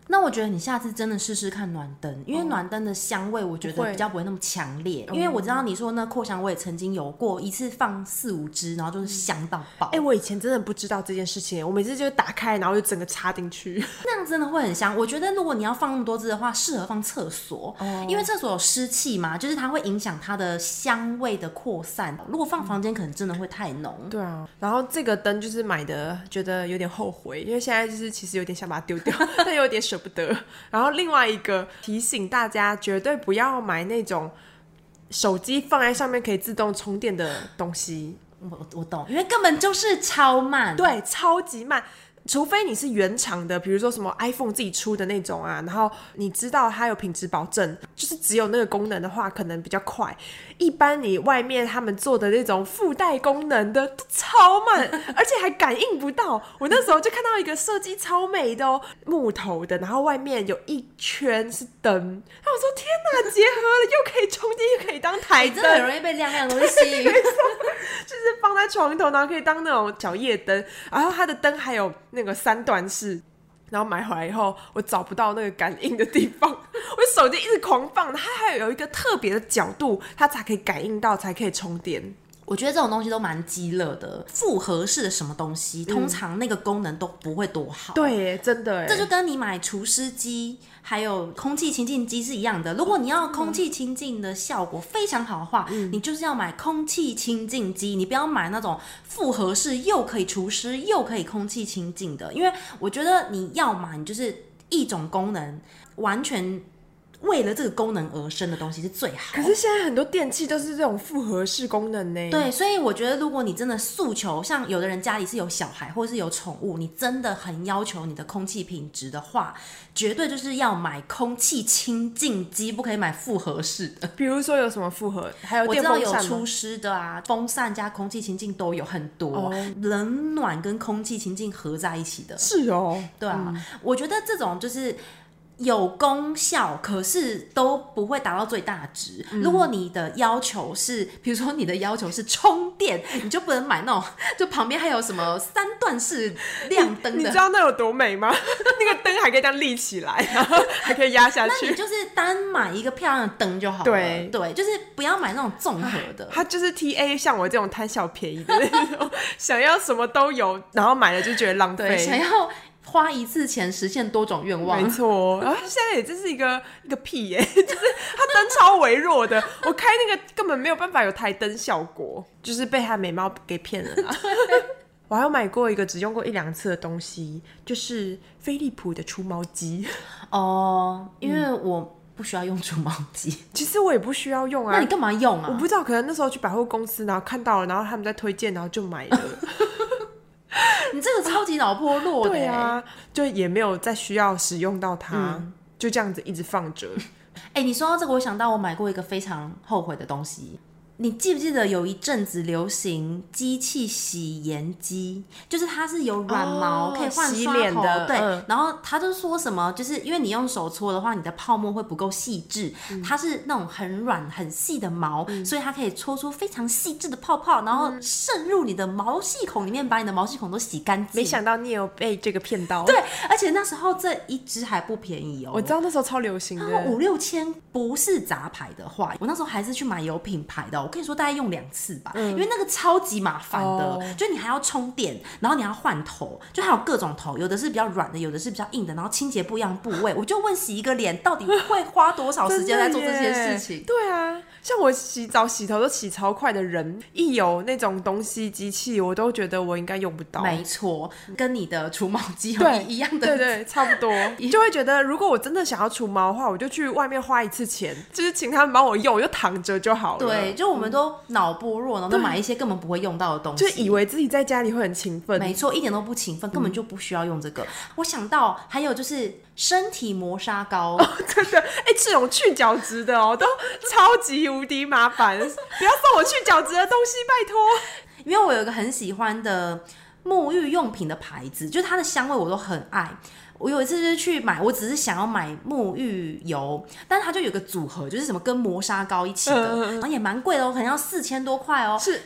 那我觉得你下次真的试试看暖灯，因为暖灯的香味我觉得比较不会那么强烈，因为我知道你说那扩香我也曾经有过一次放四五支，然后就是香到爆。 哎、欸，我以前真的不知道这件事情，我每次就打开然后就整个插进去， 那样真的会很香。我觉得如果你要放那么多支的话，适合放厕所，哦、因为厕所有湿气嘛，就是它会影响它的香味的扩散。如果放房间可能真的会太浓。 对啊，然后这个灯就是买的觉得有点后悔，因为现在就是其实有点想把它丢掉，但有点舍不得。然后另外一个提醒大家，绝对不要买那种手机放在上面可以自动充电的东西。 我我懂，因为根本就是超慢， 对，超级慢。除非你是原厂的，比如说什么 iPhone 自己出的那种啊，然后你知道它有品质保证，就是只有那个功能的话可能比较快。一般你外面他们做的那种附带功能的都超慢，而且还感应不到。我那时候就看到一个设计超美的哦，木头的，然后外面有一圈是灯，然后我说天哪，结合了，又可以充电又可以当台灯， 真的很容易被亮亮的东西吸引。 就是放在床头，然后可以当那种小夜灯，然后它的灯还有那个三段式，然后买回来以后我找不到那个感应的地方，我手机一直狂放，它还有一个特别的角度，它才可以感应到，才可以充电。 我觉得这种东西都蛮鸡肋的，复合式的什么东西，嗯、通常那个功能都不会多好。 对耶，真的耶， 这就跟你买除湿机还有空气清净机是一样的。如果你要空气清净的效果非常好的话，嗯、你就是要买空气清净机，你不要买那种复合式又可以除湿又可以空气清净的，因为我觉得你要买，你就是一种功能完全为了这个功能而生的东西是最好。 可是现在很多电器都是这种复合式功能呢。 对，所以我觉得如果你真的诉求，像有的人家里是有小孩或是有宠物，你真的很要求你的空气品质的话，绝对就是要买空气清净机，不可以买复合式的。 比如说有什么复合？还有电风扇吗？ 我知道有除湿的啊，风扇加空气清净都有很多，哦、冷暖跟空气清净合在一起的。 是哦， 对啊，嗯、我觉得这种就是有功效，可是都不会达到最大值。嗯、如果你的要求是，比如说你的要求是充电，你就不能买那种，就旁边还有什么三段式亮灯的。 你知道那有多美吗？那个灯还可以这样立起来，然后还可以压下去。 那你就是单买一个漂亮的灯就好了。对对，就是不要买那种综合的。 它就是 T A 像我这种贪小便宜的那种，想要什么都有，然后买了就觉得浪费。 对，想要花一次钱实现多种愿望， 没错。然后现在也真是一个一个屁耶，就是它灯超微弱的，我开那个根本没有办法有台灯效果，就是被它美貌给骗了啦。我还有买过一个只用过一两次的东西，就是飞利浦的除毛机。 哦，因为我不需要用除毛机。 其实我也不需要用啊。 那你干嘛用啊？ 我不知道，可能那时候去百货公司，然后看到了，然后他们在推荐，然后就买了。 你这个超级脑波弱的。 对啊，就也没有再需要使用到它，嗯、就这样子一直放着。 哎、欸，你说到这个，我想到我买过一个非常后悔的东西。你记不记得有一阵子流行机器洗颜机，就是它是有软毛、哦、可以换刷头的，对、嗯，然后他就说什么，就是因为你用手搓的话，你的泡沫会不够细致、嗯，它是那种很软很细的毛、嗯，所以它可以搓出非常细致的泡泡，然后渗入你的毛细孔里面，把你的毛细孔都洗干净。 没想到你有被这个骗到， 对，而且那时候这一支还不便宜哦， 我知道那时候超流行的， 五六千，不是杂牌的话，我那时候还是去买有品牌的、哦。我跟你说，大概用两次吧、嗯，因为那个超级麻烦的、哦，就你还要充电，然后你要换头，就还有各种头，有的是比较软的，有的是比较硬的，然后清洁不一样部位。我就问洗一个脸到底会花多少时间在做这些事情？ 对啊，像我洗澡洗头都洗超快的人，一有那种东西机器，我都觉得我应该用不到。 没错，跟你的除毛机有一样的， 对对，差不多。就会觉得，如果我真的想要除毛的话，我就去外面花一次钱，就是请他们帮我用，我就躺着就好了。 对，就我们都脑波弱，然后买一些根本不会用到的东西， 就以为自己在家里会很勤奋。 没错，一点都不勤奋，根本就不需要用这个。嗯、我想到还有就是身体磨砂膏， 哦、真的，哎、欸，这种去角质的哦，都超级无敌麻烦，不要送我去角质的东西，拜托。 因为我有一个很喜欢的沐浴用品的牌子，就是它的香味我都很爱。我有一次就是去买，我只是想要买沐浴油，但是它就有个组合，就是什么跟磨砂膏一起的，嗯、然后也蛮贵的哦，可能要四千多块哦。 是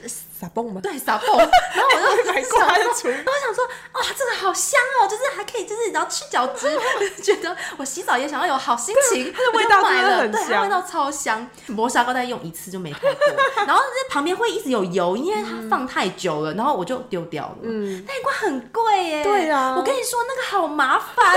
撒蹦吗？ 对，撒蹦。然后我就买过它的厨余， 然后我想说，哇，这个好香哦，就是还可以，就是你知道去角质，觉得我洗澡也想要有好心情， 它的味道真的很香， 对，它味道超香。磨砂膏再用一次就没开过，然后这旁边会一直有油，因为它放太久了，然后我就丢掉了。嗯，那一罐很贵耶。 对啊， 我跟你说那个好麻烦。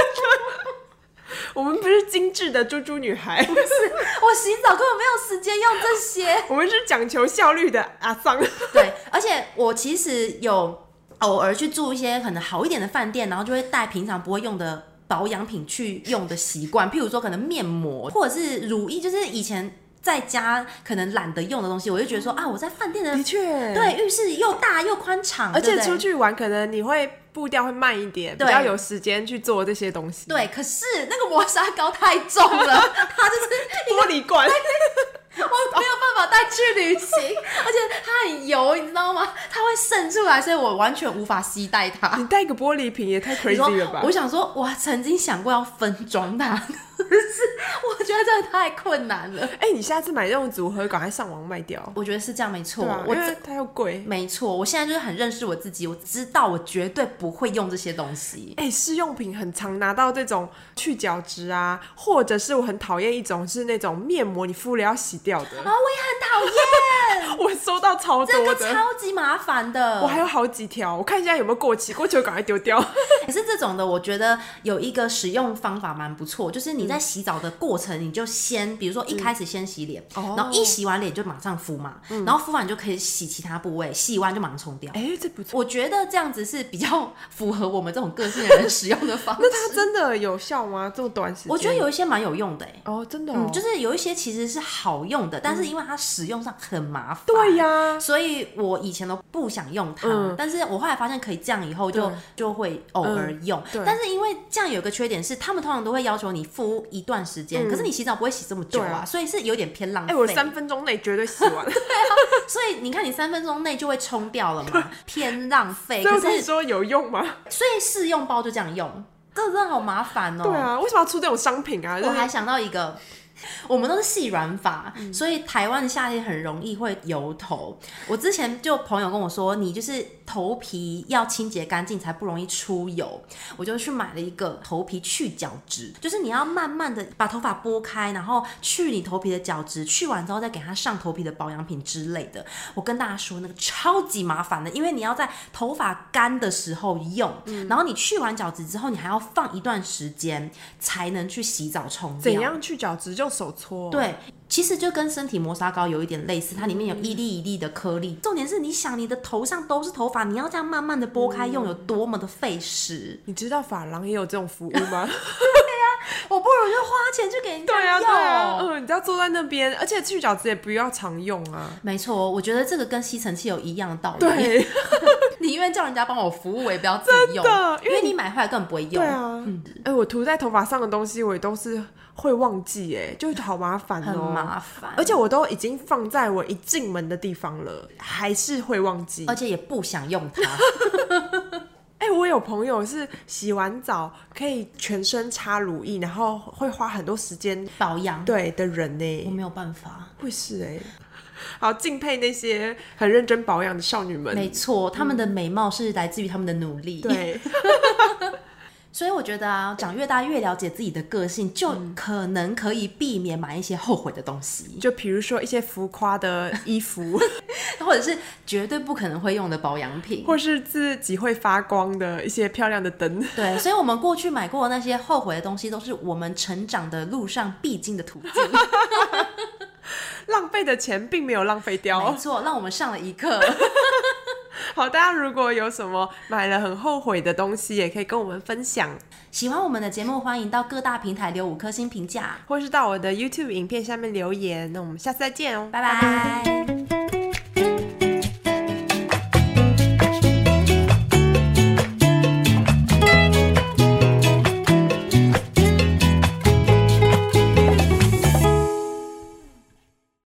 我们不是精致的猪猪女孩， 不是，我洗澡根本没有时间用这些。 我们是讲求效率的阿桑。 对，而且我其实有偶尔去住一些可能好一点的饭店，然后就会带平常不会用的保养品去用的习惯，譬如说可能面膜或者是乳液，就是以前在家可能懒得用的东西，我就觉得说啊，我在饭店的的确对浴室又大又宽敞， 而且出去玩可能你会步调会慢一点，比较有时间去做这些东西。 对，可是那个磨砂膏太重了，它就是玻璃罐。 我没有办法带去旅行，而且它很油，你知道吗？它会渗出来，所以我完全无法携带它。 你带个玻璃瓶也太 crazy 了吧？ 我想说，我曾经想过要分装它，可是我觉得真的太困难了。 哎、欸，你下次买这种组合，赶快上网卖掉。 我觉得是这样，没错。 啊、 我因为它又贵。 没错，我现在就是很认识我自己，我知道我绝对不会用这些东西。 哎、欸，试用品很常拿到这种去角质啊，或者是我很讨厌一种是那种面膜，你敷了要洗掉的。 啊、哦，我也很讨厌。 我收到超多的， 这个超级麻烦的。 我还有好几条，我看一下有没有过期，过期我赶快丢掉。 可是这种的，我觉得有一个使用方法蛮不错，就是你在洗澡的过程，你就先，比如说一开始先洗脸、嗯，然后一洗完脸就马上敷嘛、嗯，然后敷完就可以洗其他部位，洗完就马上冲掉。 哎、欸，这不错。 我觉得这样子是比较符合我们这种个性的人使用的方式。 那它真的有效吗？这么短时间？ 我觉得有一些蛮有用的、欸。 哦，真的、哦嗯，就是有一些其实是好用的，但是因为它使用上很麻烦。 对呀， 所以我以前都不想用它、嗯，但是我后来发现可以这样，以后就就会偶尔用、嗯。但是因为这样有一个缺点是，他们通常都会要求你敷一段时间、嗯，可是你洗澡不会洗这么久啊，啊所以是有点偏浪费。 哎、欸，我三分钟内绝对洗完。 对啊，所以你看你三分钟内就会冲掉了嘛，偏浪费。 可是说有用吗？ 所以试用包就这样用，这真的好麻烦哦。 对啊，为什么要出这种商品啊？ 我还想到一个。我们都是细软发、嗯，所以台湾的夏天很容易会油头。我之前就朋友跟我说，你就是头皮要清洁干净才不容易出油。我就去买了一个头皮去角质，就是你要慢慢的把头发拨开，然后去你头皮的角质，去完之后再给它上头皮的保养品之类的。我跟大家说，那个超级麻烦的，因为你要在头发干的时候用、嗯，然后你去完角质之后，你还要放一段时间才能去洗澡冲掉。 怎样去角质？就手搓， 对，其实就跟身体磨砂膏有一点类似，它里面有一粒一粒的颗粒、嗯。重点是，你想你的头上都是头发，你要这样慢慢的拨开用，有多么的费时。 你知道发廊也有这种服务吗？ 对呀、啊，我不如就花钱去给人家用。对啊，对啊， 嗯，你只要坐在那边，而且去角质也不要常用啊。 没错，我觉得这个跟吸尘器有一样的道理。 对， 你愿意叫人家帮我服务，我也不要自己用，因为你买回来根本不会用。 对啊，嗯，哎、欸，我涂在头发上的东西，我也都是会忘记、欸，哎，就好麻烦哦、喔， 很麻烦。 而且我都已经放在我一进门的地方了，还是会忘记， 而且也不想用它。 哎、欸，我有朋友是洗完澡可以全身擦乳液，然后会花很多时间保养， 对的人呢、欸， 我没有办法， 会是哎、欸。好敬佩那些很认真保养的少女们。 没错，她们的美貌是来自于她们的努力。 对。 所以我觉得啊，长越大越了解自己的个性，就可能可以避免买一些后悔的东西。 就比如说一些浮夸的衣服， 或者是绝对不可能会用的保养品， 或是自己会发光的一些漂亮的灯。 对，所以我们过去买过的那些后悔的东西，都是我们成长的路上必经的途径。 浪费的钱并没有浪费掉， 没错，让我们上了一课。 好，大家如果有什么买了很后悔的东西，也可以跟我们分享。 喜欢我们的节目，欢迎到各大平台留五颗星评价， 或是到我的 YouTube 影片下面留言。那我们下次再见哦， 拜拜。